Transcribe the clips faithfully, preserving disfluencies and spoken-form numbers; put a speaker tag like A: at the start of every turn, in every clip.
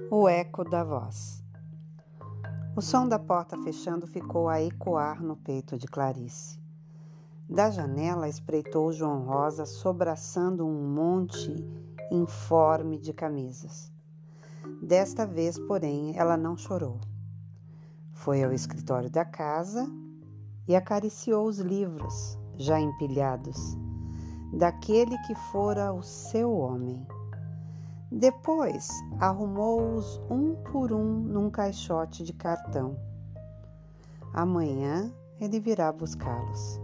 A: O eco da voz. O som da porta fechando ficou a ecoar no peito de Clarice. Da janela espreitou João Rosa sobraçando um monte informe de camisas. Desta vez, porém, ela não chorou. Foi ao escritório da casa e acariciou os livros, já empilhados, daquele que fora o seu homem. Depois, arrumou-os um por um num caixote de cartão. Amanhã ele virá buscá-los.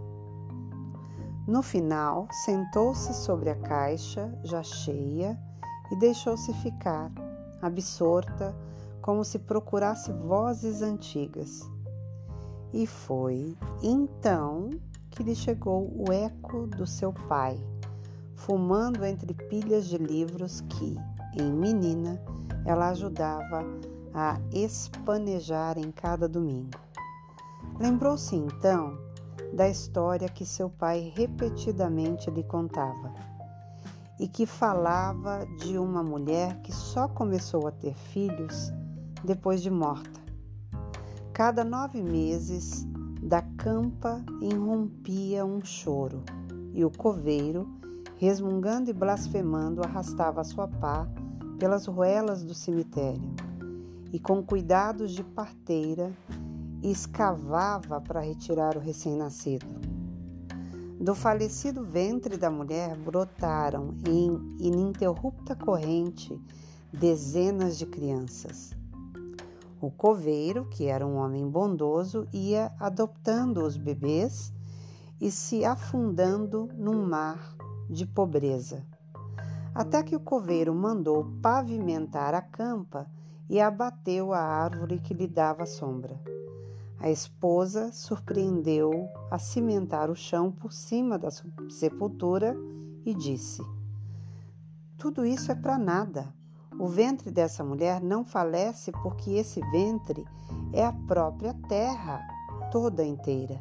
A: No final, sentou-se sobre a caixa, já cheia, e deixou-se ficar, absorta, como se procurasse vozes antigas. E foi, então, que lhe chegou o eco do seu pai, fumando entre pilhas de livros que, em menina, ela ajudava a espanejar em cada domingo. Lembrou-se então da história que seu pai repetidamente lhe contava e que falava de uma mulher que só começou a ter filhos depois de morta. Cada nove meses, da campa irrompia um choro e o coveiro, resmungando e blasfemando, arrastava a sua pá pelas ruelas do cemitério e, com cuidados de parteira, escavava para retirar o recém-nascido. Do falecido ventre da mulher brotaram em ininterrupta corrente dezenas de crianças. O coveiro, que era um homem bondoso, ia adotando os bebês e se afundando num mar de pobreza, até que o coveiro mandou pavimentar a campa e abateu a árvore que lhe dava sombra. A esposa surpreendeu a cimentar o chão por cima da sepultura e disse: "Tudo isso é para nada. O ventre dessa mulher não falece porque esse ventre é a própria terra toda inteira."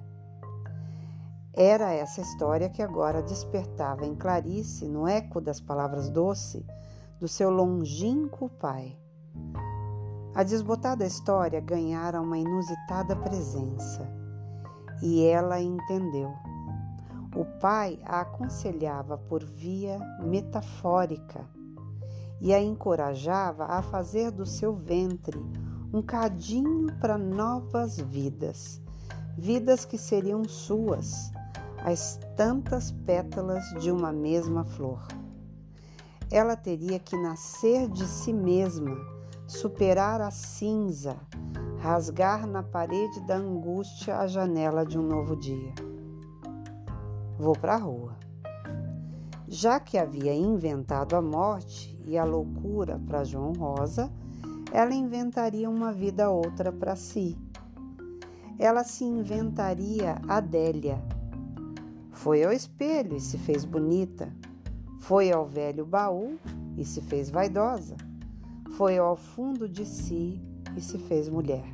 A: Era essa história que agora despertava em Clarice, no eco das palavras doces do seu longínquo pai. A desbotada história ganhara uma inusitada presença, e ela entendeu. O pai a aconselhava por via metafórica e a encorajava a fazer do seu ventre um cadinho para novas vidas, vidas que seriam suas, as tantas pétalas de uma mesma flor. Ela teria que nascer de si mesma, superar a cinza, rasgar na parede da angústia a janela de um novo dia. Vou para a rua. Já que havia inventado a morte e a loucura para João Rosa, ela inventaria uma vida outra para si. Ela se inventaria Adélia. Foi ao espelho e se fez bonita. Foi ao velho baú e se fez vaidosa. Foi ao fundo de si e se fez mulher.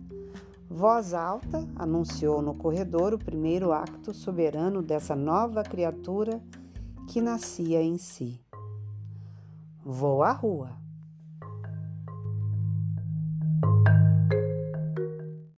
A: Voz alta anunciou no corredor o primeiro acto soberano dessa nova criatura que nascia em si. Vou à rua.